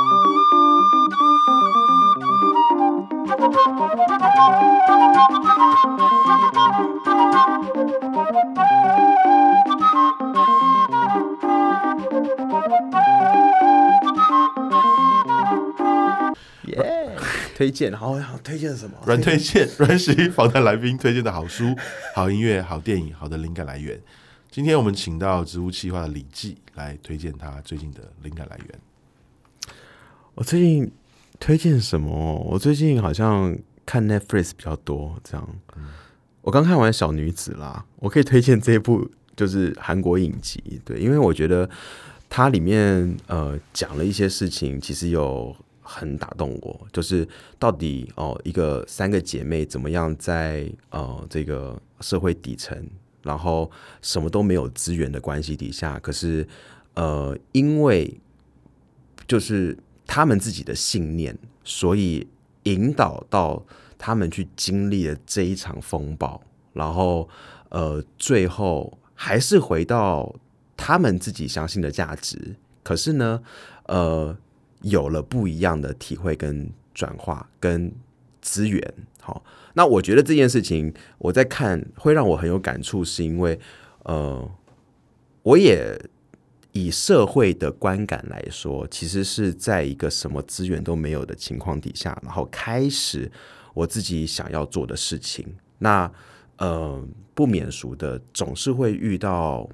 推荐，好，推荐什么？ 软推荐，软实访谈来宾推荐的好书、好音乐、好电影、好的灵感来源。今天我们请到植物企划的李记来推荐他最近的灵感来源。 我最近推荐什么？我最近好像看 Netflix 比较多，这样。我刚看完《小女子》啦，我可以推荐这一部，就是韩国影集，对，因为我觉得它里面讲了一些事情，其实有很打动我，就是到底一个3个姐妹怎么样在这个社会底层，然后什么都没有资源的关系底下，可是因为就是他们自己的信念，所以引导到他们去经历了这一场风暴，然后最后还是回到他们自己相信的价值，可是呢有了不一样的体会跟转化跟资源。好，那我觉得这件事情我在看会让我很有感触，是因为我也以社会的观感来说，其实是在一个什么资源都没有的情况底下，然后开始我自己想要做的事情。那不免俗的，总是会遇到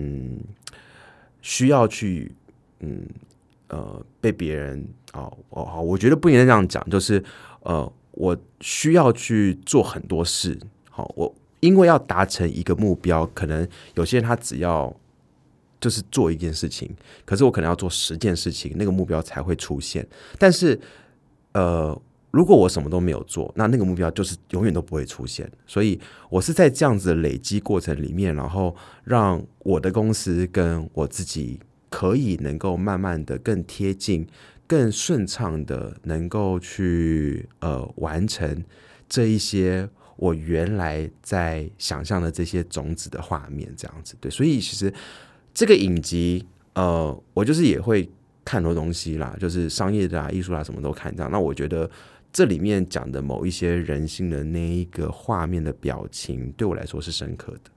需要去被别人我觉得不应该这样讲，就是我需要去做很多事。好，我因为要达成一个目标，可能有些人他只要就是做一件事情，可是我可能要做10件事情，那个目标才会出现。但是如果我什么都没有做，那个目标就是永远都不会出现。所以我是在这样子的累积过程里面，然后让我的公司跟我自己可以能够慢慢的更贴近、更顺畅的能够去完成这一些我原来在想象的这些种子的画面，这样子。对，所以其实这个影集我就是也会看很多东西啦，就是商业的艺术啦，什么都看这样。那我觉得这里面讲的某一些人性的那一个画面的表情，对我来说是深刻的。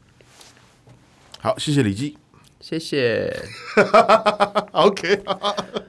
好，谢谢李记， 谢谢。 OK